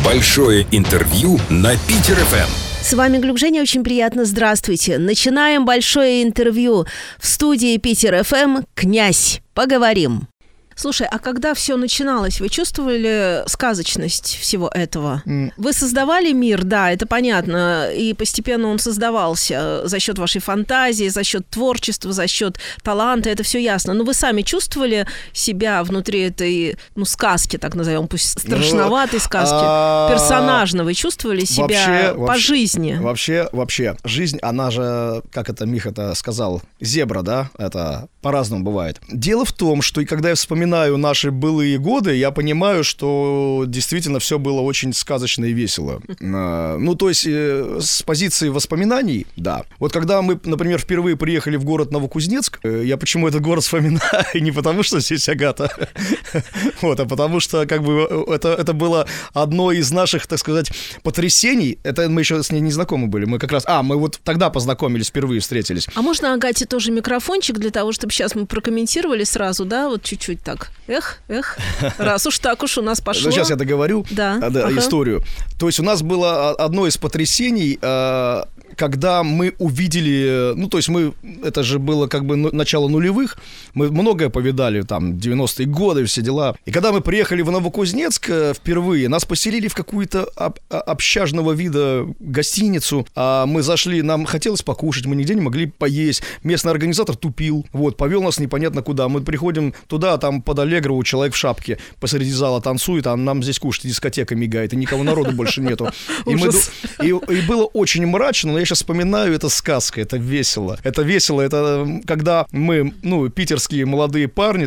Большое интервью на Питер-ФМ. С вами Глюк Женя, очень приятно, здравствуйте. Начинаем большое интервью. В студии Питер-ФМ «Князь». Поговорим. Слушай, а когда все начиналось, вы чувствовали сказочность всего этого? Вы создавали мир, да, это понятно, и постепенно он создавался за счет вашей фантазии, за счет творчества, за счет таланта, это все ясно. Но вы сами чувствовали себя внутри этой, сказки, так назовем, пусть страшноватой сказки, персонажно? Вы чувствовали себя по жизни? Вообще, жизнь, она же, как это Миха-то сказал, зебра, да, это по-разному бывает. Дело в том, что и когда я вспоминаю наши былые годы, я понимаю, что действительно все было очень сказочно и весело. То есть с позиции воспоминаний, да. Вот когда мы, например, впервые приехали в город Новокузнецк, я почему этот город вспоминаю? Не потому, что здесь Агата, а потому что это было одно из наших, так сказать, потрясений. Это мы еще с ней не знакомы были. Мы как раз... мы вот тогда познакомились, впервые встретились. А можно Агате тоже микрофончик для того, чтобы сейчас мы прокомментировали сразу, да, вот чуть-чуть так? Эх, раз уж так уж у нас пошло. Сейчас я договорю историю. То есть у нас было одно из потрясений, когда мы увидели, это же было начало нулевых, мы многое повидали, 90-е годы, все дела. И когда мы приехали в Новокузнецк впервые, нас поселили в какую-то общажного вида гостиницу, мы зашли, нам хотелось покушать, мы нигде не могли поесть, местный организатор тупил, повел нас непонятно куда, мы приходим туда, там под Аллегрову человек в шапке посреди зала танцует, а нам здесь кушать, дискотека мигает, и никого народу больше нету. И было очень мрачно, но я сейчас вспоминаю, это сказка, это весело. Это когда мы, питерские молодые парни,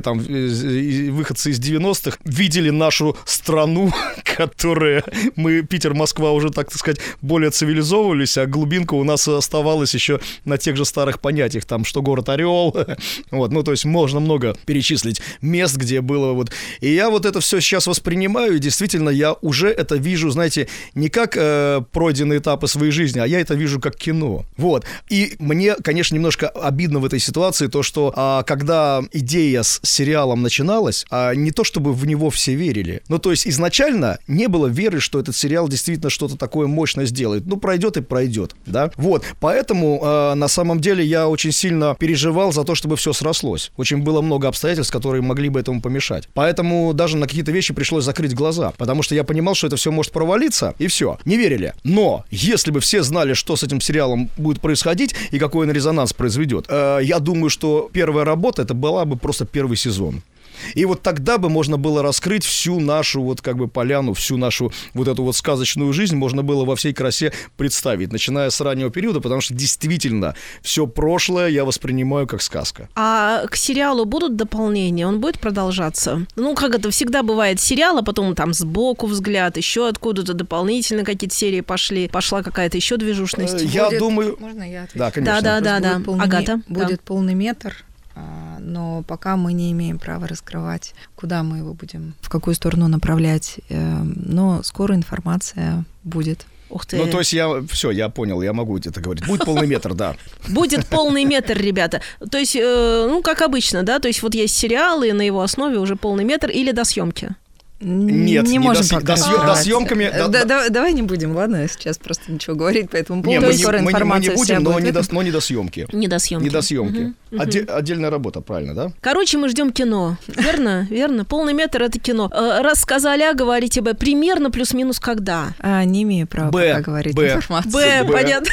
выходцы из 90-х, видели нашу страну, которая... Питер, Москва уже, так сказать, более цивилизовывались, а глубинка у нас оставалась еще на тех же старых понятиях, что город Орел, то есть можно много перечислить мест, где было И я это все сейчас воспринимаю, и действительно я уже это вижу, знаете, не как пройденные этапы своей жизни, а я это вижу как кино. И мне, конечно, немножко обидно в этой ситуации то, что когда идея с сериалом начиналась, не то чтобы в него все верили, то есть изначально не было веры, что этот сериал действительно что-то такое мощное сделает. Пройдет и пройдет, да? Поэтому на самом деле я очень сильно переживал за то, чтобы все срослось. Очень было много обстоятельств, которые могли бы этому помешать. Поэтому даже на какие-то вещи пришлось закрыть глаза, потому что я понимал, что это все может провалиться, и все. Не верили. Но если бы все знали, что с этим сериалом будет происходить и какой он резонанс произведет, я думаю, что первая работа, это была бы просто первый сезон. И тогда бы можно было раскрыть всю нашу поляну, всю нашу эту сказочную жизнь можно было во всей красе представить, начиная с раннего периода, потому что действительно все прошлое я воспринимаю как сказка. А к сериалу будут дополнения? Он будет продолжаться? Как это всегда бывает, сериал, а потом сбоку взгляд, еще откуда-то дополнительно какие-то серии пошли, пошла какая-то еще движушность. Я думаю... Можно я отвечу? Да, конечно. Да. Агата. Будет полный метр. Но пока мы не имеем права раскрывать, куда мы его будем, в какую сторону направлять. Но скоро информация будет. Ух ты. То есть я понял, я могу это говорить. Будет полный метр, да. Будет полный метр, ребята. То есть, как обычно, да? То есть есть сериалы, и на его основе уже полный метр или до съемки? Нет, не можем пока съемками. Давай не будем, ладно, сейчас просто ничего говорить по этому поводу. Мы не будем, но не до съемки. Не до съемки. Не до съемки. Отдельная работа, правильно, да? Короче, мы ждем кино. Верно? Полный метр — это кино. Раз сказали А, говорите Б. Примерно плюс-минус когда? Не имею права пока говорить информацию. Б, понятно.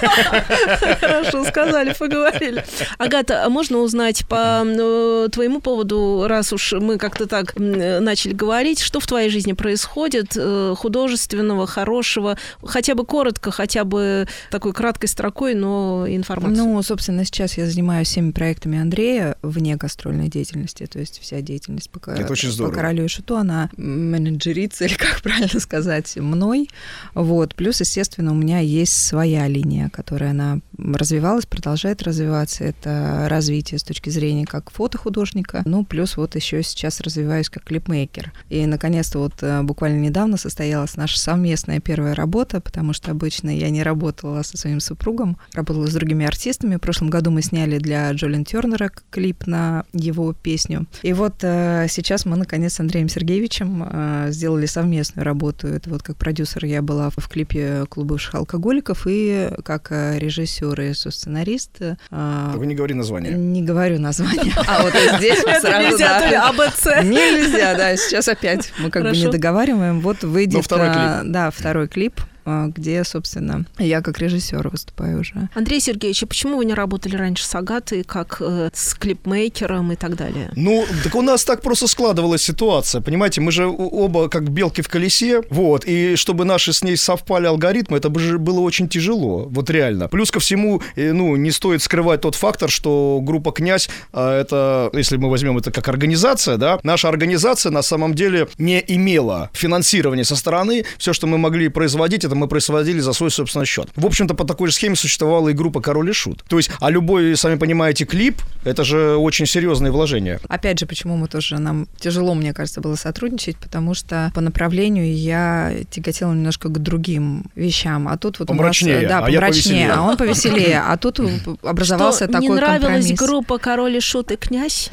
Хорошо, сказали, поговорили. Агата, а можно узнать по твоему поводу, раз уж мы как-то так начали говорить, что в твоей жизни происходит художественного, хорошего, хотя бы коротко, хотя бы такой краткой строкой, но информацию. Собственно, сейчас я занимаюсь всеми проектами Андрея вне гастрольной деятельности, то есть вся деятельность по «Королю и Шуту», она менеджерится, или как правильно сказать, мной. Плюс, естественно, у меня есть своя линия, которая она развивалась, продолжает развиваться. Это развитие с точки зрения как фотохудожника, плюс еще сейчас развиваюсь как клипмейкер. И, наконец-то, буквально недавно состоялась наша совместная первая работа, потому что обычно я не работала со своим супругом, работала с другими артистами. В прошлом году мы сняли для Джолин Тернера, клип на его песню. И вот сейчас мы, наконец, с Андреем Сергеевичем сделали совместную работу. Это вот как продюсер я была в клипе «Клуб бывших алкоголиков» и как режиссер и сценарист. Вы не говори название. Не говорю название. А вот здесь сразу, нельзя, то ли АБЦ. Нельзя, да. Сейчас опять мы как бы не договариваем. Вот выйдет... второй клип. Да, второй клип, где, собственно, я как режиссер выступаю уже. Андрей Сергеевич, а почему вы не работали раньше с Агатой, как с клипмейкером и так далее? Ну, так у нас так просто складывалась ситуация, понимаете, мы же оба как белки в колесе, вот, и чтобы наши с ней совпали алгоритмы, это же было очень тяжело, вот реально. Плюс ко всему, ну, не стоит скрывать тот фактор, что группа «Князь», это, если мы возьмем это как организация, да, наша организация на самом деле не имела финансирования со стороны, все, что мы могли производить, мы производили за свой собственный счет. В общем-то, по такой же схеме существовала и группа «Король и Шут». То есть, а любой, сами понимаете, клип, это же очень серьезные вложения. Опять же, почему нам тяжело, мне кажется, было сотрудничать, потому что по направлению я тяготела немножко к другим вещам, а тут вот помрачнее, у нас... Да, помрачнее, а он повеселее, а тут образовался такой компромисс. Не нравилась группа «Король и Шут» и «Князь»?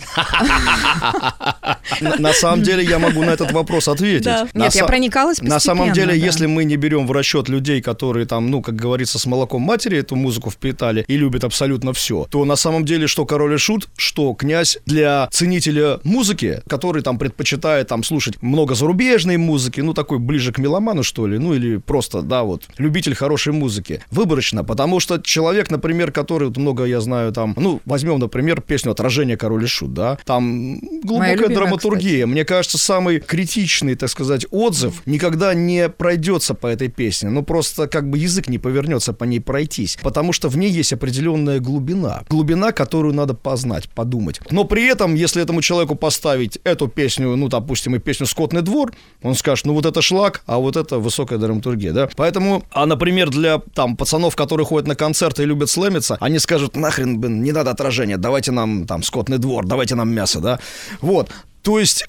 На самом деле, я могу на этот вопрос ответить. Нет, я проникалась постепенно. На самом деле, если мы не берем в расчет людей, которые там, ну, как говорится, с молоком матери эту музыку впитали и любят абсолютно все, то на самом деле что «Король и Шут», что «Князь» для ценителя музыки, который там предпочитает там слушать много зарубежной музыки, ну, такой ближе к меломану, что ли, ну, или просто, да, вот, любитель хорошей музыки, выборочно, потому что человек, например, который, вот много я знаю там, ну, возьмем, например, песню «Отражение», «Король и Шут», да, там глубокая драматургия. Кстати. Мне кажется, самый критичный, так сказать, отзыв никогда не пройдется по этой песни, ну просто как бы язык не повернется по ней пройтись, потому что в ней есть определенная глубина, которую надо познать, подумать. Но при этом, если этому человеку поставить эту песню, ну, допустим, и песню «Скотный двор», он скажет, ну, вот это шлак, а вот это высокая драматургия, да? Поэтому, например, для там пацанов, которые ходят на концерты и любят слэмиться, они скажут, нахрен, не надо «Отражение», давайте нам там «Скотный двор», давайте нам «Мясо», да? Вот. То есть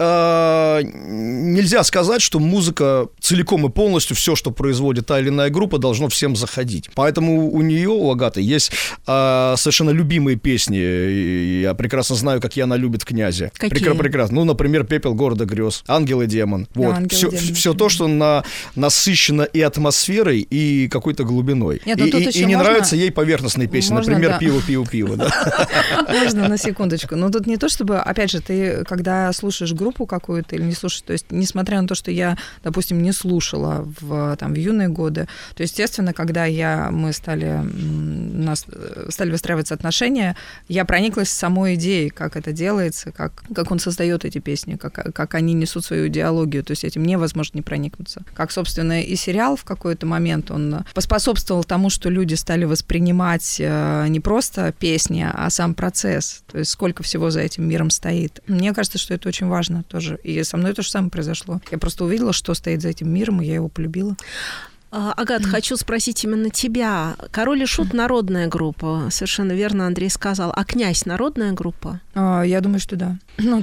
нельзя сказать, что музыка целиком и полностью, все, что производит та или иная группа, должно всем заходить. Поэтому у нее, у Агаты, есть совершенно любимые песни. Я прекрасно знаю, какие она любит в «Князе». Какие? Прекрасно. Ну, например, «Пепел города грез», «Ангел и демон». Вот. Все то, что насыщено и атмосферой, и какой-то глубиной. Нет, и не нравятся ей поверхностные песни. Можно, например, «Пиво, пиво, пиво». Можно на секундочку. Но тут не то, чтобы, опять же, ты, когда слушаешь группу какую-то или не слушаешь, то есть, несмотря на то, что я, допустим, не слушала в юные годы, то, естественно, когда мы стали выстраиваться отношения, я прониклась самой идеей, как это делается, как он создает эти песни, как они несут свою идеологию, то есть этим невозможно не проникнуться. Как, собственно, и сериал в какой-то момент, он поспособствовал тому, что люди стали воспринимать не просто песни, а сам процесс, то есть сколько всего за этим миром стоит. Мне кажется, что это очень важно тоже. И со мной то же самое произошло. Я просто увидела, что стоит за этим миром, и я его полюбила. Агат, хочу спросить именно тебя. «Король и Шут» — народная группа, совершенно верно Андрей сказал. А «Князь» — народная группа? Я думаю, что да. Ну,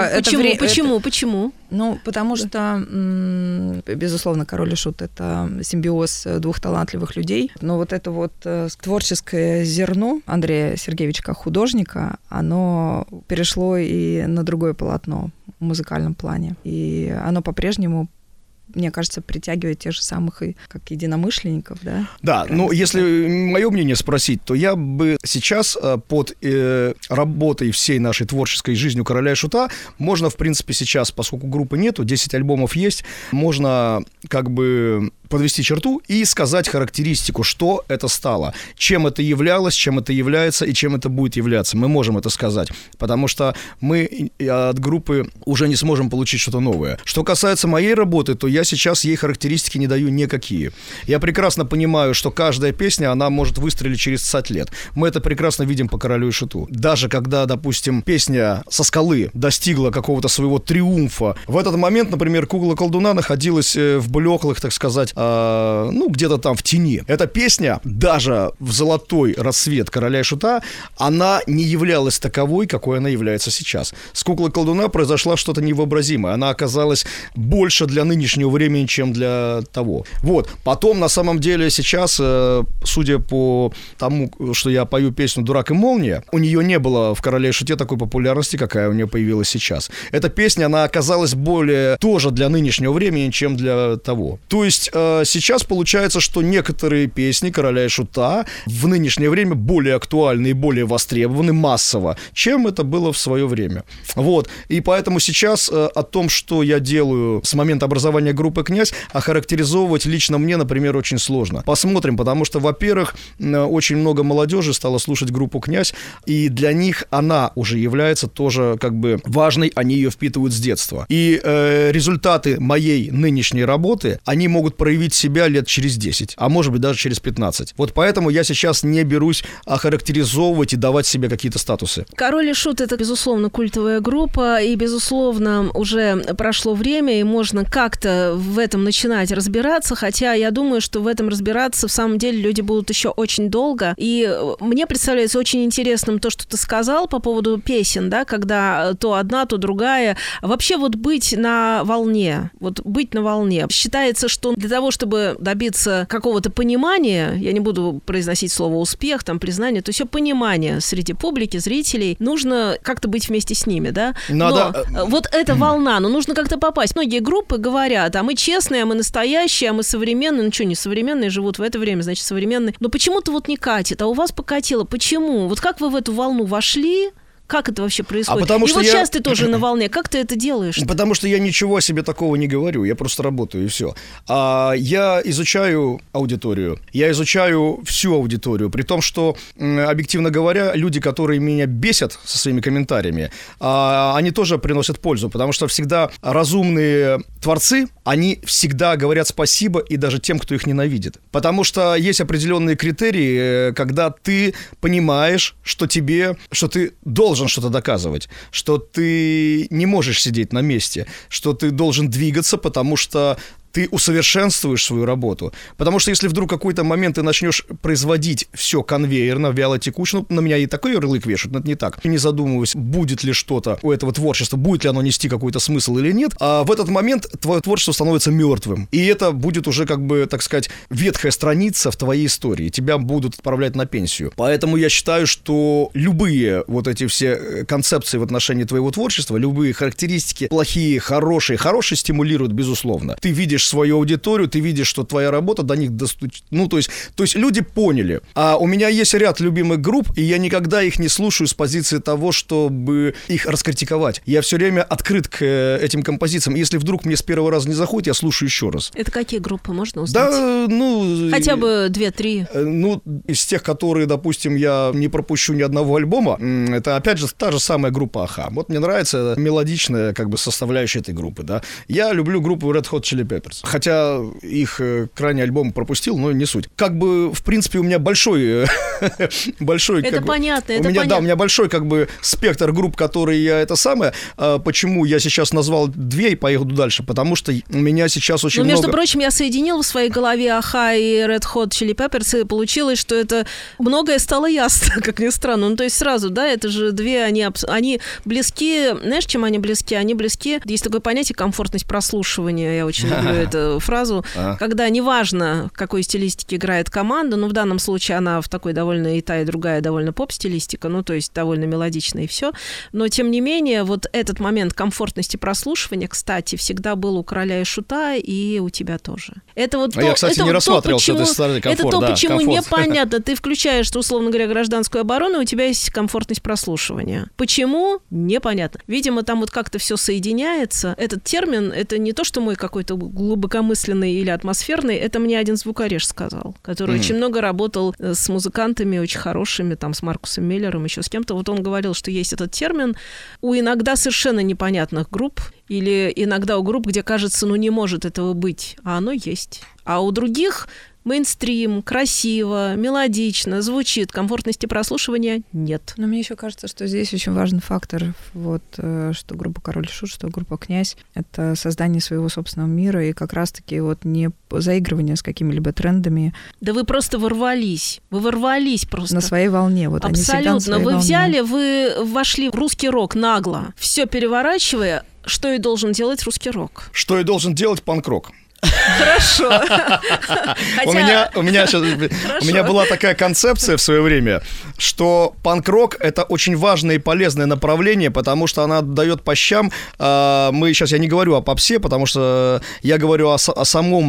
Почему? Ну, потому что, безусловно, «Король и Шут» — это симбиоз двух талантливых людей. Но вот это вот творческое зерно Андрея Сергеевича как художника, оно перешло и на другое полотно в музыкальном плане. И оно по-прежнему, мне кажется, притягивает тех же самых как единомышленников, да? Да, ну, если мое мнение спросить, то я бы сейчас под работой всей нашей творческой жизнью «Короля и Шута» можно, в принципе, сейчас, поскольку группы нету, 10 альбомов есть, можно как бы подвести черту и сказать характеристику, что это стало, чем это являлось, чем это является и чем это будет являться. Мы можем это сказать, потому что мы от группы уже не сможем получить что-то новое. Что касается моей работы, то я сейчас ей характеристики не даю никакие. Я прекрасно понимаю, что каждая песня, она может выстрелить через 20 лет. Мы это прекрасно видим по «Королю и Шуту». Даже когда, допустим, песня «Со скалы» достигла какого-то своего триумфа, в этот момент, например, «Кукла колдуна» находилась в блеклых, так сказать, где-то там в тени. Эта песня, даже в золотой расцвет «Короля и Шута», она не являлась таковой, какой она является сейчас. С «Куклой-колдуна» произошло что-то невообразимое. Она оказалась больше для нынешнего времени, чем для того. Вот. Потом, на самом деле, сейчас, судя по тому, что я пою песню «Дурак и молния», у нее не было в «Короле и Шуте» такой популярности, какая у нее появилась сейчас. Эта песня, она оказалась более тоже для нынешнего времени, чем для того. То есть сейчас получается, что некоторые песни «Короля и Шута» в нынешнее время более актуальны и более востребованы массово, чем это было в свое время. Вот. И поэтому сейчас о том, что я делаю с момента образования группы «Князь», охарактеризовывать лично мне, например, очень сложно. Посмотрим, потому что, во-первых, очень много молодежи стало слушать группу «Князь», и для них она уже является тоже как бы важной, они ее впитывают с детства. И результаты моей нынешней работы, они могут проявить себя лет через 10, а может быть даже через 15. Вот поэтому я сейчас не берусь охарактеризовывать и давать себе какие-то статусы. «Король и Шут» — это, безусловно, культовая группа, и, безусловно, уже прошло время, и можно как-то в этом начинать разбираться, хотя я думаю, что в этом разбираться в самом деле люди будут еще очень долго. И мне представляется очень интересным то, что ты сказал по поводу песен, да, когда то одна, то другая. Вообще вот быть на волне, Считается, что для того, чтобы добиться какого-то понимания, я не буду произносить слово «успех», там, признание, то есть понимание среди публики, зрителей, нужно как-то быть вместе с ними, да? Надо... Но вот эта волна, нужно как-то попасть. Многие группы говорят, а мы честные, а мы настоящие, а мы современные. Ну что, не современные живут в это время, значит, современные. Но почему-то вот не катит, а у вас покатило. Почему? Вот как вы в эту волну вошли? Как это вообще происходит? И вот сейчас ты тоже на волне. Как ты это делаешь? Потому что я ничего о себе такого не говорю. Я просто работаю, и все. Я изучаю аудиторию. Я изучаю всю аудиторию. При том, что, объективно говоря, люди, которые меня бесят со своими комментариями, они тоже приносят пользу. Потому что всегда разумные творцы, они всегда говорят спасибо и даже тем, кто их ненавидит. Потому что есть определенные критерии, когда ты понимаешь, что ты должен что-то доказывать, что ты не можешь сидеть на месте, что ты должен двигаться, потому что ты усовершенствуешь свою работу. Потому что если вдруг в какой-то момент ты начнешь производить все конвейерно, вялотекуще, на меня и такой ярлык вешают, но это не так. Не задумываясь, будет ли что-то у этого творчества, будет ли оно нести какой-то смысл или нет, а в этот момент твое творчество становится мертвым. И это будет уже, как бы, так сказать, ветхая страница в твоей истории. Тебя будут отправлять на пенсию. Поэтому я считаю, что любые вот эти все концепции в отношении твоего творчества, любые характеристики, плохие, хорошие стимулируют, безусловно. Ты видишь свою аудиторию, ты видишь, что твоя работа до них достучится. То есть люди поняли. А у меня есть ряд любимых групп, и я никогда их не слушаю с позиции того, чтобы их раскритиковать. Я все время открыт к этим композициям. Если вдруг мне с первого раза не заходит, я слушаю еще раз. Это какие группы, можно узнать? Да, хотя бы 2-3. Из тех, которые, допустим, я не пропущу ни одного альбома, это, опять же, та же самая группа «Аха». Вот мне нравится мелодичная, как бы, составляющая этой группы, да. Я люблю группу Red Hot Chili Peppers. Хотя их крайний альбом пропустил, но не суть. Как бы, в принципе, у меня большой... Это понятно, у меня большой, как бы, спектр групп, которые я почему я сейчас назвал 2 и поеду дальше? Потому что у меня сейчас очень много... между прочим, я соединил в своей голове Аха и Red Hot Chili Peppers, и получилось, что это многое стало ясно, как ни странно. То есть сразу, да, это же 2, они близки. Знаешь, чем они близки? Они близки. Есть такое понятие комфортность прослушивания. Я очень люблю эту фразу, когда неважно, в какой стилистике играет команда, в данном случае она в такой довольно и та, и другая довольно поп-стилистика, то есть довольно мелодичная и все, но тем не менее вот этот момент комфортности прослушивания, кстати, всегда был у «Короля и Шута» и у тебя тоже. Это вот я, кстати, не рассматривал с этой стороны комфорт. Это почему непонятно. Ты включаешь, условно говоря, гражданскую оборону, и у тебя есть комфортность прослушивания. Почему? Непонятно. Видимо, там вот как-то все соединяется. Этот термин, это не то, что мой какой-то глубокомысленный или атмосферный, это мне один звукореж сказал, который очень много работал с музыкантами очень хорошими, там, с Маркусом Миллером, еще с кем-то. Вот он говорил, что есть этот термин у иногда совершенно непонятных групп, Или иногда у групп, где кажется, не может этого быть, а оно есть. А у других мейнстрим, красиво, мелодично, звучит, комфортности прослушивания нет. Но мне еще кажется, что здесь очень важный фактор, что группа «Король и Шут», что группа «Князь» — это создание своего собственного мира и как раз-таки не заигрывание с какими-либо трендами. Да вы просто ворвались. Вы ворвались просто. На своей волне. Абсолютно. Вы взяли, вы вошли в русский рок нагло, все переворачивая. Что и должен делать русский рок? Что и должен делать панк-рок? Хорошо. У меня была такая концепция в свое время, что панк-рок — это очень важное и полезное направление, потому что она дает по щам. Сейчас я не говорю о попсе, потому что я говорю о самой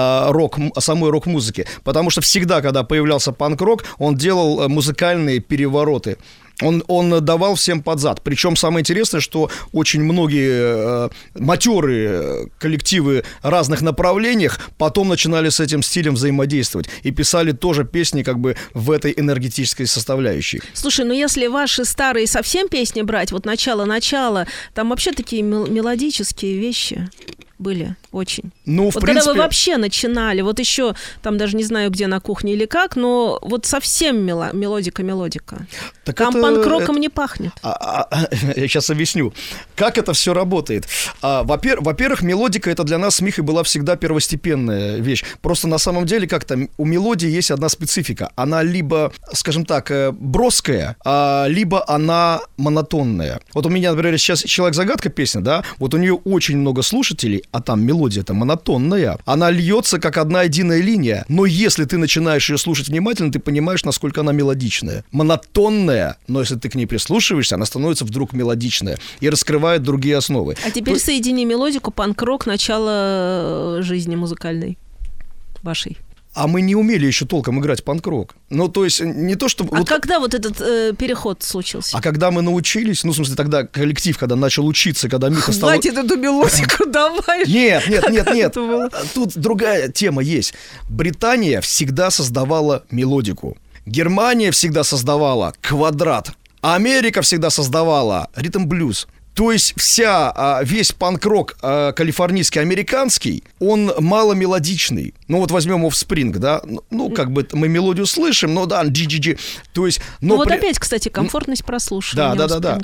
рок-музыке. Потому что всегда, когда появлялся панк-рок, он делал музыкальные перевороты. Он давал всем под зад. Причем самое интересное, что очень многие матерые коллективы разных направлениях потом начинали с этим стилем взаимодействовать и писали тоже песни как бы в этой энергетической составляющей. Слушай, если ваши старые совсем песни брать, начало, там вообще такие мелодические вещи были очень. В принципе... Когда вы вообще начинали, еще там даже не знаю, где на кухне или как, но совсем мелодика. Так там панк-роком не пахнет. Я сейчас объясню, как это все работает. Во-первых, мелодика — это для нас с Михой была всегда первостепенная вещь. Просто на самом деле как-то у мелодии есть одна специфика. Она либо, скажем так, броская, либо она монотонная. У меня, например, сейчас «Человек-загадка» песня, да, у нее очень много слушателей, а там мелодия-то монотонная. Она льется как одна единая линия. Но если ты начинаешь ее слушать внимательно, ты понимаешь, насколько она мелодичная. Монотонная, но если ты к ней прислушиваешься, она становится вдруг мелодичная и раскрывает другие основы. А теперь соедини мелодику, панк-рок, начало жизни музыкальной вашей. А мы не умели еще толком играть панк-рок. То есть не то, что... Когда этот переход случился? А когда мы научились, в смысле, тогда коллектив, когда начал учиться, когда Миха стал... Хватит эту мелодику, давай! Нет. Тут другая тема есть. Британия всегда создавала мелодику. Германия всегда создавала квадрат. А Америка всегда создавала ритм-блюз. То есть весь панк-рок калифорнийский, американский, он маломелодичный. Возьмем Offspring, да, как бы мы мелодию слышим, GGG. То есть, опять, кстати, комфортность прослушивания. Да.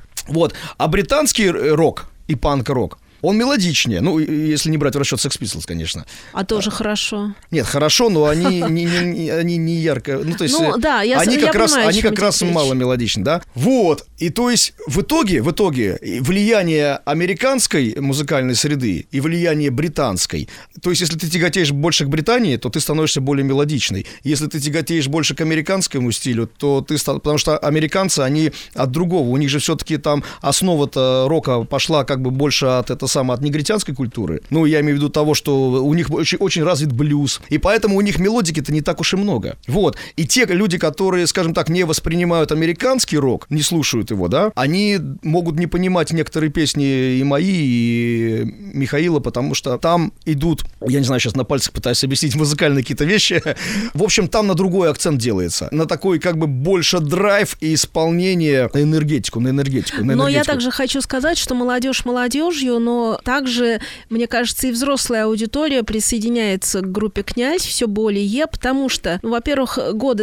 А британский рок и панк-рок, он мелодичнее, если не брать в расчет Sex Pistols, конечно. А тоже хорошо. Нет, хорошо, но они не ярко. Они как раз мало мелодичны, да? И то есть в итоге влияние американской музыкальной среды и влияние британской. То есть если ты тяготеешь больше к Британии, то ты становишься более мелодичной. Если ты тяготеешь больше к американскому стилю, то потому что американцы, они от другого. У них же все-таки там основа-то рока пошла как бы больше от негритянской культуры. Я имею в виду того, что у них очень развит блюз. И поэтому у них мелодики-то не так уж и много. И те люди, которые, скажем так, не воспринимают американский рок, не слушают его, да, они могут не понимать некоторые песни и мои, и Михаила, потому что там идут, я не знаю, сейчас на пальцах пытаюсь объяснить музыкальные какие-то вещи. В общем, там на другой акцент делается. На такой как бы больше драйв и исполнение на энергетику. Но я также хочу сказать, что молодежь молодежью, но также, мне кажется, и взрослая аудитория присоединяется к группе «Князь» все более, потому что, во-первых, годы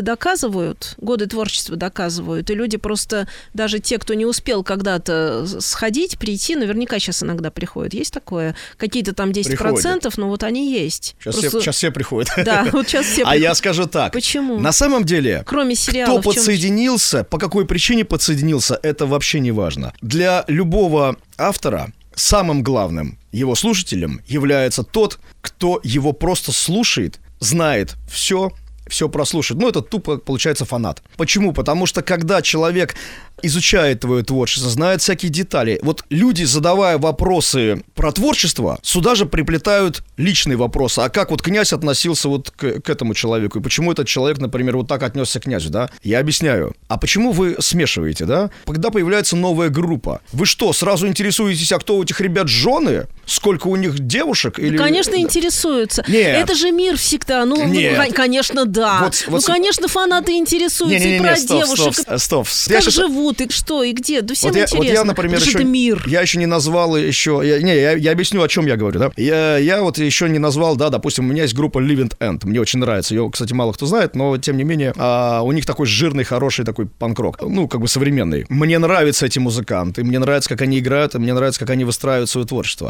творчества доказывают, и люди просто, даже те, кто не успел когда-то сходить, прийти, наверняка сейчас иногда приходят. Есть такое? Какие-то там 10%, приходят. Но они есть. Сейчас все приходят. Да, сейчас все приходят. А я скажу так. Почему? На самом деле, кроме сериалов, кто подсоединился, по какой причине подсоединился, это вообще не важно. Для любого автора самым главным его слушателем является тот, кто его просто слушает, знает все прослушает. Это тупо получается фанат. Почему? Потому что когда человек изучает твое творчество, знает всякие детали. Люди, задавая вопросы про творчество, сюда же приплетают личные вопросы. А как «Князь» относился к этому человеку? И почему этот человек, например, так отнесся к «Князю», да? Я объясняю. А почему вы смешиваете, да? Когда появляется новая группа, вы что, сразу интересуетесь, а кто у этих ребят жены? Сколько у них девушек? Конечно, интересуются. Нет. Это же мир всегда. Конечно, да. Конечно, фанаты интересуются и про девушек. Стоп. Как живут, и что, и где. Да всем интересно. Вот я, например, это мир. Я еще не назвал я объясню, о чем я говорю, да. Я вот еще не назвал, да, допустим, у меня есть группа Living End. Мне очень нравится. Ее, кстати, мало кто знает, но, тем не менее, у них такой жирный, хороший такой панк-рок. Современный. Мне нравятся эти музыканты. Мне нравится, как они играют, и мне нравится, как они выстраивают свое творчество.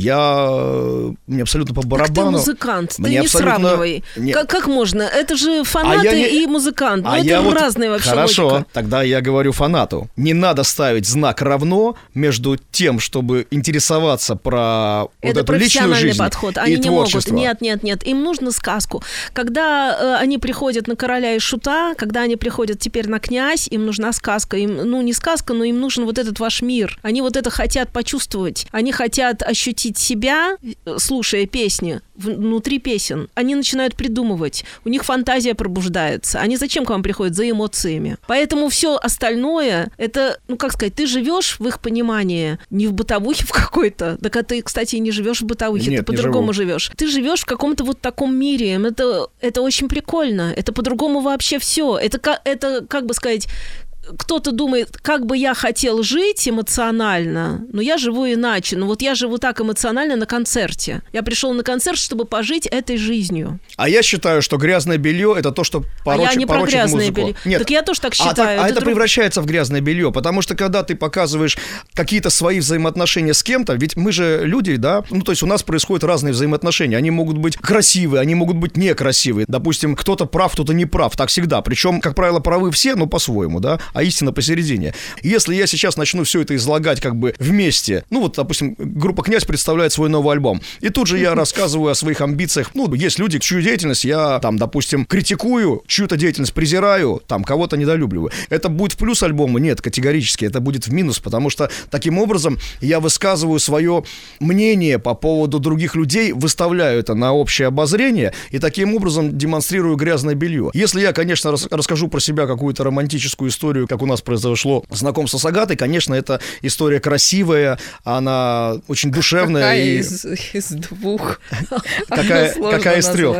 Мне абсолютно по барабану. Так ты музыкант, ты не сравнивай. Как можно? Это же фанаты и музыкант. Это разные вообще. Хорошо, логика. Тогда я говорю фанату. Не надо ставить знак равно между тем, чтобы интересоваться про эту личную жизнь подход. И они не творчество. Могут. Нет. Им нужно сказку. Когда они приходят на «Короля и Шута», когда они приходят теперь на «Князь», им нужна сказка. Им, не сказка, но им нужен вот этот ваш мир. Они вот это хотят почувствовать. Они хотят ощутить себя, слушая песни, внутри песен. Они начинают придумывать. У них фантазия пробуждается. Они зачем к вам приходят? За эмоциями. Поэтому все остальное, это, ты живешь в их понимании не в бытовухе в какой-то. Так а ты, кстати, не живешь в бытовухе, ты по-другому живешь. Ты живешь в каком-то вот таком мире. Это очень прикольно. Это по-другому вообще все. Это как бы сказать... Кто-то думает, как бы я хотел жить эмоционально, но я живу иначе. Но вот я живу так эмоционально на концерте. Я пришел на концерт, чтобы пожить этой жизнью. А я считаю, что грязное белье это то, что порочит музыку. Я не про грязное белье. Нет. Так я тоже так считаю. Это превращается в грязное белье, потому что когда ты показываешь какие-то свои взаимоотношения с кем-то, ведь мы же люди, да, то есть у нас происходят разные взаимоотношения. Они могут быть красивые, они могут быть некрасивые. Допустим, кто-то прав, кто-то не прав. Так всегда. Причем, как правило, правы все, но по-своему, да. А истина посередине. Если я сейчас начну все это излагать как бы вместе, допустим, группа «Князь» представляет свой новый альбом, и тут же я рассказываю о своих амбициях. Есть люди, чью деятельность я, допустим, критикую, чью-то деятельность презираю, кого-то недолюбливаю. Это будет в плюс альбома? Нет, категорически. Это будет в минус, потому что таким образом я высказываю свое мнение по поводу других людей, выставляю это на общее обозрение и таким образом демонстрирую грязное белье. Если я, конечно, расскажу про себя какую-то романтическую историю, как у нас произошло знакомство с Агатой, конечно, эта история красивая, она очень душевная. Какая из двух? Какая из трех?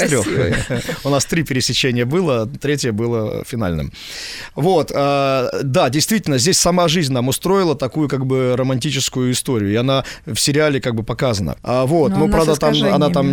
У нас 3 пересечения было, 3 было финальным. Да, действительно, здесь сама жизнь нам устроила такую как бы романтическую историю, и она в сериале как бы показана. Правда, она там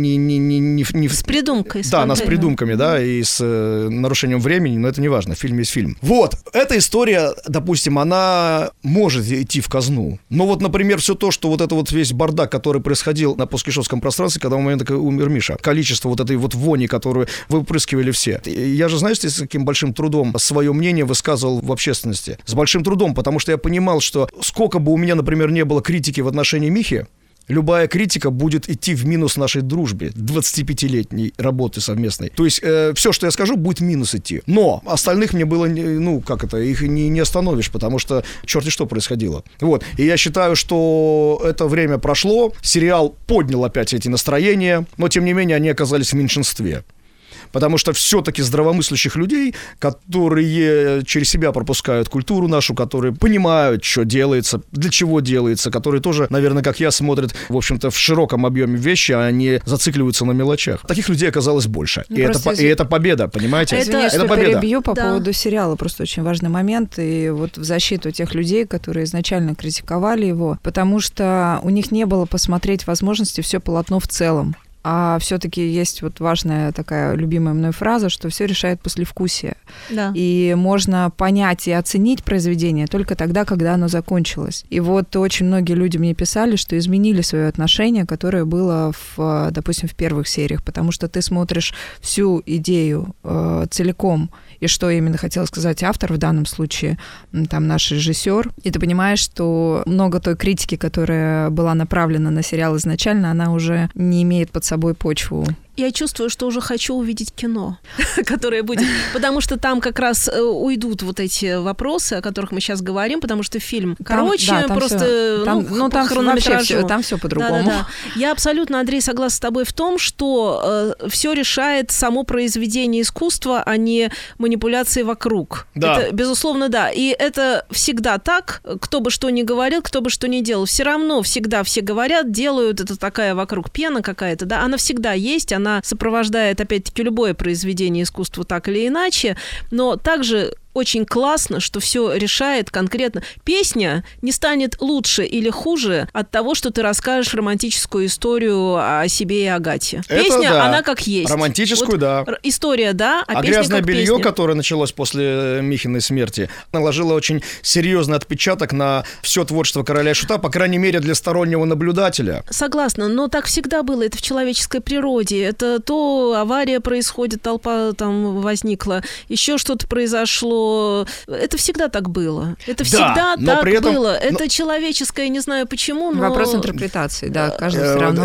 не... С придумкой. Да, она с придумками, да, и с нарушением времени, но это не важно, фильм есть фильм. Эта история, допустим, она может идти в казну. Но например, все то, что этот весь бардак, который происходил на посткишевском пространстве, когда в момент умер Миша, количество этой вони, которую выпрыскивали все. Я же, знаете, с каким большим трудом свое мнение высказывал в общественности. С большим трудом, потому что я понимал, что сколько бы у меня, например, не было критики в отношении Михи, любая критика будет идти в минус нашей дружбе, 25-летней работы совместной. То есть все, что я скажу, будет в минус идти. Но остальных мне было, их не остановишь, потому что черти что происходило. И я считаю, что это время прошло, сериал поднял опять эти настроения, но тем не менее они оказались в меньшинстве. Потому что все-таки здравомыслящих людей, которые через себя пропускают культуру нашу, которые понимают, что делается, для чего делается, которые тоже, наверное, как я, смотрят, в общем-то, в широком объеме вещи, а не зацикливаются на мелочах. Таких людей оказалось больше. И это победа, понимаете? Извините, что перебью по поводу сериала. Просто очень важный момент. И в защиту тех людей, которые изначально критиковали его, потому что у них не было посмотреть возможности все полотно в целом. А все-таки есть важная такая любимая мной фраза, что все решает послевкусие. Да. И можно понять и оценить произведение только тогда, когда оно закончилось. И очень многие люди мне писали, что изменили свое отношение, которое было, допустим, в первых сериях, потому что ты смотришь всю идею целиком, и что именно хотел сказать автор в данном случае, наш режиссер, и ты понимаешь, что много той критики, которая была направлена на сериал изначально, она уже не имеет под собой почву. Я чувствую, что уже хочу увидеть кино, которое будет, потому что там как раз уйдут эти вопросы, о которых мы сейчас говорим, потому что фильм короче, просто по хронометражу. Там все по-другому. Да. Я абсолютно, Андрей, согласна с тобой в том, что все решает само произведение искусства, а не манипуляции вокруг. Да. Это, безусловно, да. И это всегда так, кто бы что ни говорил, кто бы что ни делал. Все равно всегда все говорят, делают, это такая вокруг пена какая-то, да, она всегда есть, она сопровождает, опять-таки, любое произведение искусства так или иначе, но также очень классно, что все решает конкретно. Песня не станет лучше или хуже от того, что ты расскажешь романтическую историю о себе и Агате. Песня, да. Она как есть. Романтическую, да. История, да, а песня грязное как белье, песня. которое началось после Михиной смерти, наложило очень серьезный отпечаток на все творчество Короля и Шута, по крайней мере, для стороннего наблюдателя. Согласна, но так всегда было. Это в человеческой природе. Это то авария происходит, толпа там возникла, еще что-то произошло. Это всегда так было. Это всегда так было. Это человеческое, не знаю почему, но... Вопрос интерпретации, да, каждый все равно...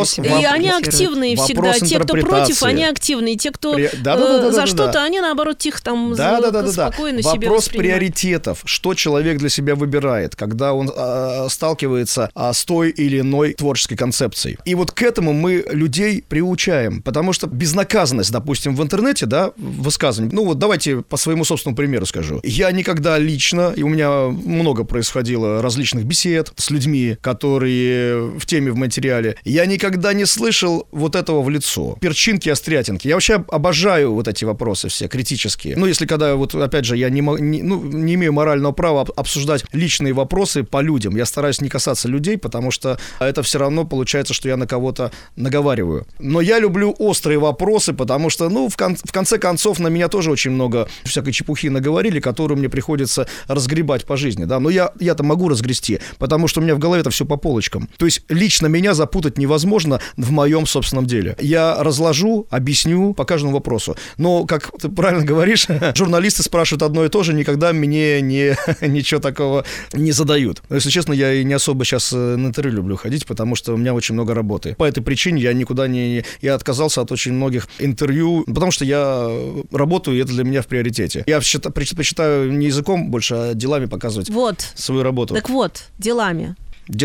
И они активные всегда. Те, кто против, они активные. Те, кто за что-то, они, наоборот, тихо там спокойно себе Вопрос приоритетов. Что человек для себя выбирает, когда он сталкивается с той или иной творческой концепцией. И вот к этому мы людей приучаем. Потому что безнаказанность, допустим, в интернете, да, высказывание. Ну вот давайте по своему собственному примеру скажу. Я никогда лично, и у меня много происходило различных бесед с людьми, которые в теме, в материале, я никогда не слышал вот этого в лицо. Перчинки, острятинки. Я вообще обожаю вот эти вопросы все критические. Ну, если когда, вот опять же, я не имею морального права обсуждать личные вопросы по людям. Я стараюсь не касаться людей, потому что это все равно получается, что я на кого-то наговариваю. Но я люблю острые вопросы, потому что, ну, в конце концов, на меня тоже очень много всякой чепухи наговорили, которую мне приходится разгребать по жизни, да, но я-то могу разгрести, потому что у меня в голове это все по полочкам. То есть лично меня запутать невозможно в моем собственном деле. Я разложу, объясню по каждому вопросу. Но, как ты правильно говоришь, журналисты спрашивают одно и то же, никогда мне ничего такого не задают. Но, если честно, я и не особо сейчас на интервью люблю ходить, потому что у меня очень много работы. По этой причине я никуда не... Я отказался от очень многих интервью, потому что я работаю, и это для меня в приоритете. Я предпочитаю не языком больше, а делами показывать свою работу. Так вот, делами.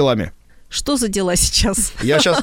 Что за дела сейчас? Я сейчас...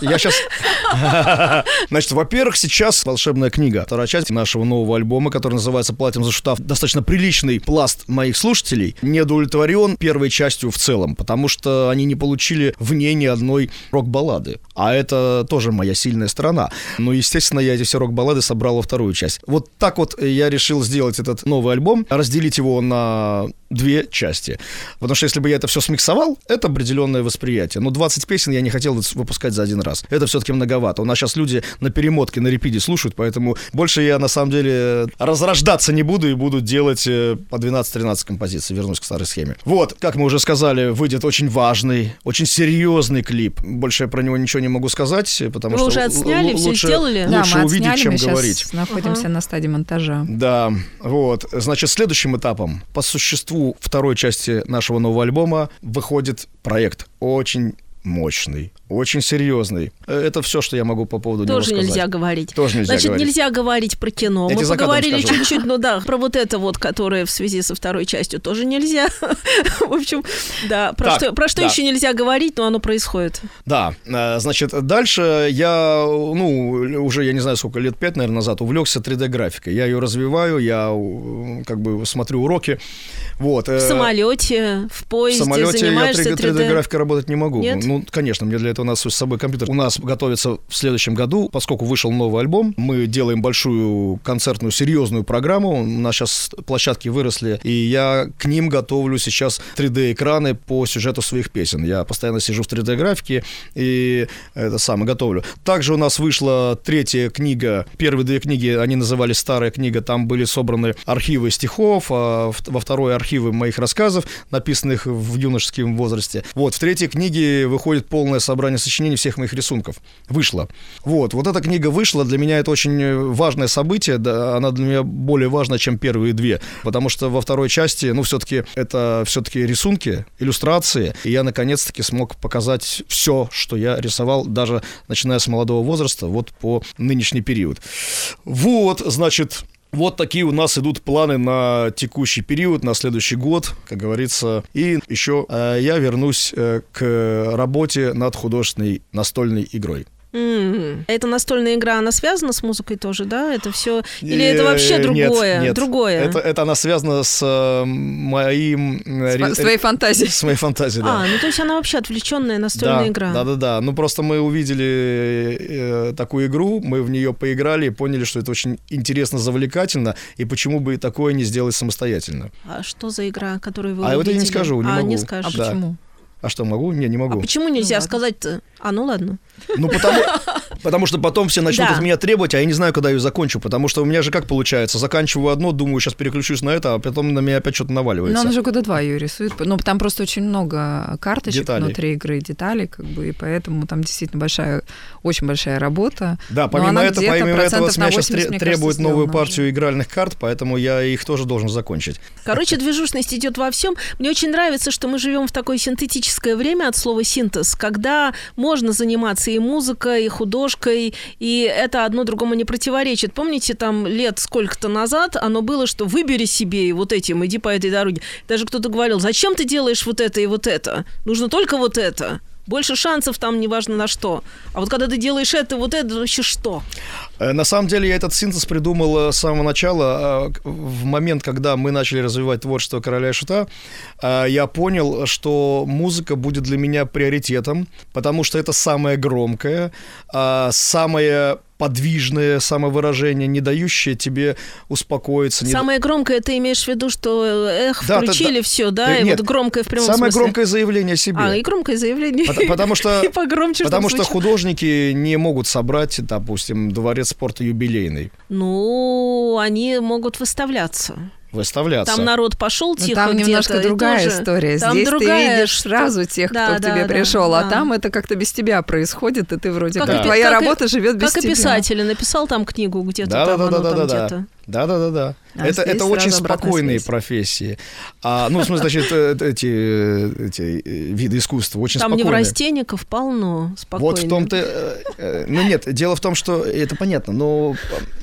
Значит, во-первых, сейчас волшебная книга. Вторая часть нашего нового альбома, который называется «Платим за Шута». Достаточно приличный пласт моих слушателей не удовлетворен первой частью в целом, потому что они не получили в ней ни одной рок-баллады. А это тоже моя сильная сторона. Но, естественно, я эти все рок-баллады собрал во вторую часть. Вот так вот я решил сделать этот новый альбом, разделить его на 2 части. Потому что если бы я это все смиксовал, это определенное восприятие. Но 20 песен я не хотел выпускать за один раз. Это все-таки многовато. У нас сейчас люди на перемотке, на репите слушают, поэтому больше я, на самом деле, разрождаться не буду и буду делать по 12-13 композиций. Вернусь к старой схеме. Вот, как мы уже сказали, выйдет очень важный, очень серьезный клип. Больше я про него ничего не могу сказать, потому что... Вы уже отсняли, все сделали? Да, мы увидеть, отсняли, чем мы говорить. сейчас находимся на стадии монтажа. Да, вот. Значит, следующим этапом, по существу второй части нашего нового альбома, выходит проект очень мощный, очень серьезный. Это все, что я могу по поводу него сказать. Тоже нельзя говорить. Значит, нельзя говорить про кино. Мы поговорили чуть-чуть, про вот это вот, которое в связи со второй частью, тоже нельзя. В общем, да. Про что еще нельзя говорить, но оно происходит. Да. Значит, дальше я, уже, я не знаю, сколько лет, 5, наверное, назад увлекся 3D-графикой. Я ее развиваю, я как бы смотрю уроки. Вот. В самолете, в поезде занимаешься 3D? Я 3D-графикой работать не могу. Нет? Ну, конечно, мне для этого у нас с собой компьютер. У нас готовится в следующем году, поскольку вышел новый альбом, мы делаем большую концертную, серьезную программу. У нас сейчас площадки выросли, и я к ним готовлю сейчас 3D-экраны по сюжету своих песен. Я постоянно сижу в 3D-графике и это самое готовлю. Также у нас вышла 3-я книга. Первые 2 книги, они назывались «Старая книга», там были собраны архивы стихов, а во второй архивы моих рассказов, написанных в юношеском возрасте. Вот, в 3-й книге выходит полное собрание сочинений всех моих рисунков. Вышло. Вот эта книга вышла. Для меня это очень важное событие. Да, она для меня более важна, чем первые 2. Потому что во второй части, все-таки это рисунки, иллюстрации. И я наконец-таки смог показать все, что я рисовал, даже начиная с молодого возраста, вот по нынешний период. Вот, значит... Вот такие у нас идут планы на текущий период, на следующий год, как говорится. И еще я вернусь к работе над художественной настольной игрой. Это настольная игра, она связана с музыкой тоже, да? Это все или это вообще другое? Нет. Другое? Это она связана с моим... С твоей фантазией. С моей фантазией, да. Ну то есть она вообще отвлеченная настольная игра. Да. Ну просто мы увидели такую игру, мы в нее поиграли и поняли, что это очень интересно, завлекательно, и почему бы такое не сделать самостоятельно. А что за игра, которую вы увидели? Это я не скажу, не могу. Не скажешь. Да. Почему? А что, могу? Не могу. А почему нельзя сказать-то? Ну ладно. Ну, потому что потом все начнут от меня требовать, а я не знаю, когда ее закончу, потому что у меня же как получается, заканчиваю одно, думаю, сейчас переключусь на это, а потом на меня опять что-то наваливается. Но он уже года 2 ее рисует, там просто очень много карточек деталей внутри игры, деталей, и поэтому там действительно очень большая работа. Да, помимо этого с меня сейчас требуют новую партию игральных карт, поэтому я их тоже должен закончить. Короче, движущность идет во всем. Мне очень нравится, что мы живем в такое синтетическое время от слова синтез, когда можно заниматься и музыкой, и художкой, и это одно другому не противоречит. Помните, там лет сколько-то назад оно было, что выбери себе и вот этим, иди по этой дороге. Даже кто-то говорил, зачем ты делаешь вот это и вот это? Нужно только вот это. Больше шансов там неважно на что. А вот когда ты делаешь это, вот это, вообще что? На самом деле я этот синтез придумал с самого начала. В момент, когда мы начали развивать творчество «Короля и Шута», я понял, что музыка будет для меня приоритетом, потому что это самое громкое, самое подвижное самовыражение, не дающее тебе успокоиться. Самое громкое, ты имеешь в виду, что включили все, да? И нет, вот громкое в прямом самое смысле? громкое заявление о себе. И громкое заявление. Потому что, и погромче, потому что художники не могут собрать, допустим, дворец спорта юбилейный. Они могут выставляться. Там народ пошел тихо. Там немножко другая история. Здесь ты видишь сразу тех, кто к тебе пришел, а там это как-то без тебя происходит, и ты вроде как твоя работа живет без тебя. Как и писатель написал там книгу где-то там, где-то. Да. Это очень спокойные профессии. В смысле, значит, эти виды искусства очень там спокойные. Там неврастенников полно, спокойно. Вот в том-то... Нет, дело в том, что это понятно, но...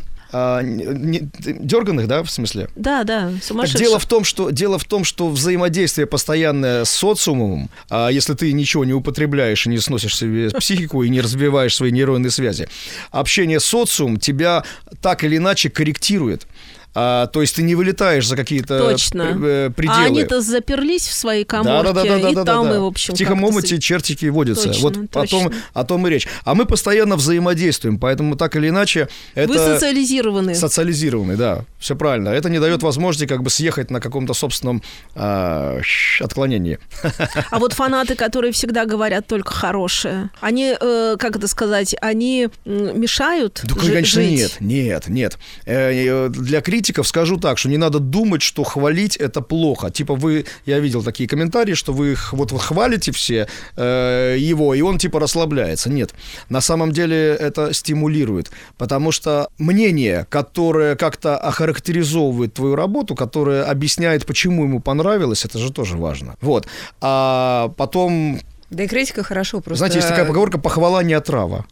дерганых, да, в смысле? Да, сумасшедших. Дело в том, что взаимодействие постоянное с социумом, если ты ничего не употребляешь и не сносишь себе психику и не развиваешь свои нейронные связи, общение с социумом тебя так или иначе корректирует. То есть ты не вылетаешь за какие-то пределы. А они-то заперлись в своей каморке, и там, и, в общем, в тихом омуте чертики водятся. Точно. О том и речь. А мы постоянно взаимодействуем, поэтому так или иначе это... Вы социализированы. Социализированы, да, все правильно. Это не дает возможности как бы съехать на каком-то собственном отклонении. А вот фанаты, которые всегда говорят только хорошее, они, как это сказать, они мешают жить? Конечно, нет. Для критиков скажу так, что не надо думать, что хвалить это плохо. Типа я видел такие комментарии, что вы вот хвалите все его, и он типа расслабляется. Нет, на самом деле это стимулирует, потому что мнение, которое как-то охарактеризовывает твою работу, которое объясняет, почему ему понравилось, это же тоже важно. Вот. А потом... Да и критика хорошо просто... Знаете, есть такая поговорка «похвала не отрава».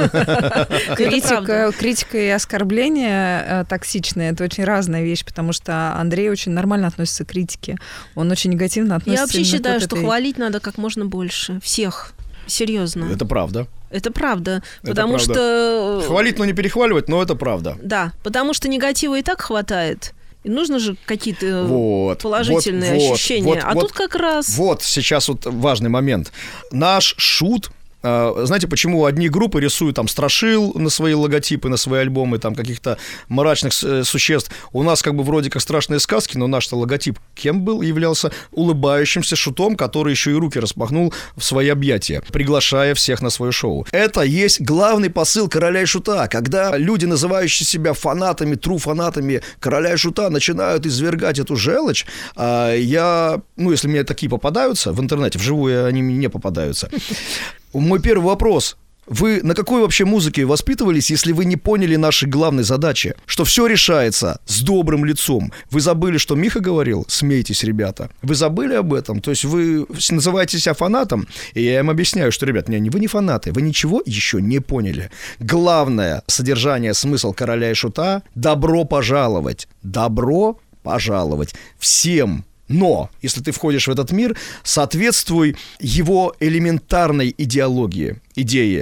Критика и оскорбление токсичные – это очень разная вещь, потому что Андрей очень нормально относится к критике. Он очень негативно относится... Я вообще считаю, что хвалить надо как можно больше. Всех. Серьезно. Это правда. Это правда, потому что... Хвалить, но не перехваливать, но это правда. Да, потому что негатива и так хватает. И нужно же какие-то положительные ощущения. Тут как раз... Вот сейчас важный момент. Наш шут... Знаете, почему одни группы рисуют там страшил на свои логотипы, на свои альбомы, там каких-то мрачных существ? У нас как бы вроде как страшные сказки, но наш-то логотип кем был? Являлся улыбающимся шутом, который еще и руки распахнул в свои объятия, приглашая всех на свое шоу. Это есть главный посыл «Короля и Шута». Когда люди, называющие себя фанатами, тру-фанатами «Короля и Шута», начинают извергать эту желчь, если мне такие попадаются в интернете, вживую они мне не попадаются. Мой первый вопрос. Вы на какой вообще музыке воспитывались, если вы не поняли нашей главной задачи? Что все решается с добрым лицом. Вы забыли, что Миха говорил? Смейтесь, ребята. Вы забыли об этом? То есть вы называете себя фанатом? И я им объясняю, что, ребят, вы не фанаты. Вы ничего еще не поняли. Главное содержание, смысл «Короля и Шута» – добро пожаловать. Добро пожаловать всем. Но, если ты входишь в этот мир, соответствуй его элементарной идее.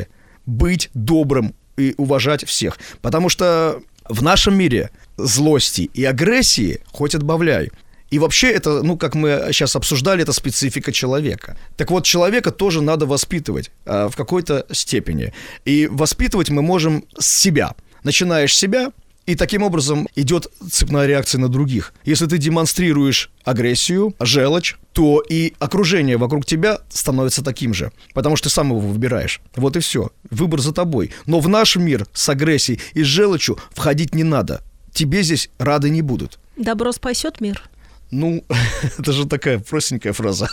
быть добрым и уважать всех. Потому что в нашем мире злости и агрессии хоть отбавляй. И вообще это, как мы сейчас обсуждали, это специфика человека. Так вот, человека тоже надо воспитывать в какой-то степени. И воспитывать мы можем с себя. Начинаешь с себя, и таким образом идет цепная реакция на других. Если ты демонстрируешь агрессию, желчь, то и окружение вокруг тебя становится таким же. Потому что ты сам его выбираешь. Вот и все. Выбор за тобой. Но в наш мир с агрессией и с желчью входить не надо. Тебе здесь рады не будут. Добро спасет мир? Это же такая простенькая фраза.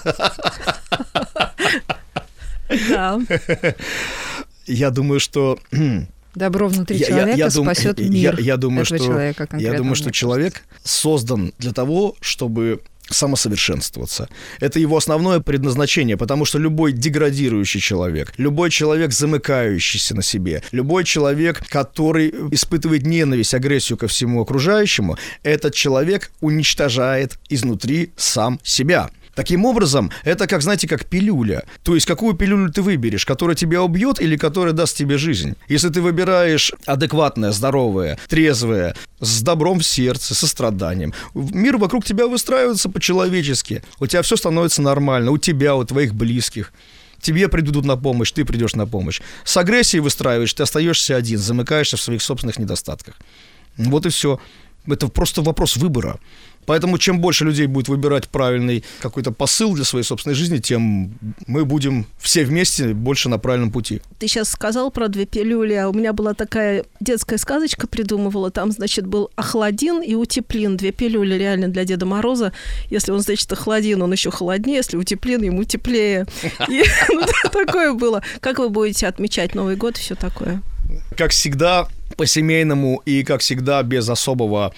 Да. Я думаю, что... Добро внутри человека спасет мир этого человека конкретно. Я думаю, что человек создан для того, чтобы самосовершенствоваться. Это его основное предназначение, потому что любой деградирующий человек, любой человек, замыкающийся на себе, любой человек, который испытывает ненависть, агрессию ко всему окружающему, этот человек уничтожает изнутри сам себя. Таким образом, это как пилюля. То есть, какую пилюлю ты выберешь, которая тебя убьет или которая даст тебе жизнь? Если ты выбираешь адекватное, здоровое, трезвое, с добром в сердце, состраданием, мир вокруг тебя выстраивается по-человечески. У тебя все становится нормально, у тебя, у твоих близких. Тебе придут на помощь, ты придешь на помощь. С агрессией выстраиваешь, ты остаешься один, замыкаешься в своих собственных недостатках. Вот и все. Это просто вопрос выбора. Поэтому чем больше людей будет выбирать правильный какой-то посыл для своей собственной жизни, тем мы будем все вместе больше на правильном пути. Ты сейчас сказал про 2 пилюли, а у меня была такая детская сказочка, придумывала. Там, был охладин и утеплин. 2 пилюли реально для Деда Мороза. Если он, охладин, он еще холоднее. Если утеплин, ему теплее. И такое было. Как вы будете отмечать Новый год и все такое? Как всегда, по-семейному и, как всегда, без особого,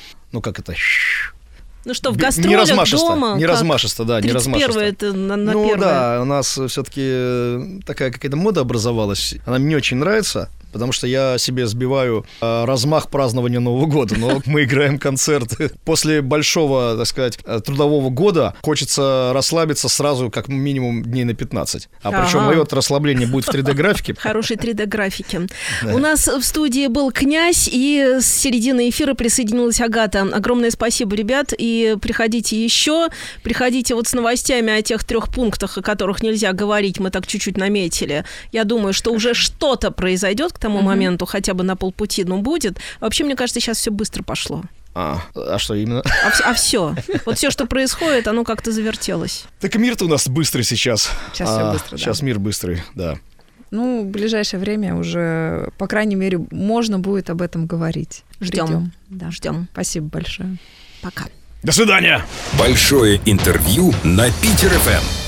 в гастролях дома? Не размашисто, да, не размашисто. 31-е это на первое. Да, у нас все-таки такая какая-то мода образовалась. Она мне не очень нравится, потому что я себе сбиваю размах празднования Нового года. Но мы играем концерты. После большого, трудового года хочется расслабиться сразу как минимум дней на 15. Причем мое расслабление будет в 3D-графике. Хорошей 3D-графике. У нас в студии был Князь, и с середины эфира присоединилась Агата. Огромное спасибо, ребят, и приходите еще. Приходите с новостями о тех 3 пунктах, о которых нельзя говорить, мы так чуть-чуть наметили. Я думаю, что уже что-то произойдет к тому моменту, хотя бы на полпути, будет. Вообще, мне кажется, сейчас все быстро пошло. А что именно? Все. Все, что происходит, оно как-то завертелось. Так мир-то у нас быстрый сейчас. Сейчас все быстро, Сейчас мир быстрый, да. В ближайшее время уже, по крайней мере, можно будет об этом говорить. Ждем. Ждем. Спасибо большое. Пока. До свидания. Большое интервью на Питер ФМ.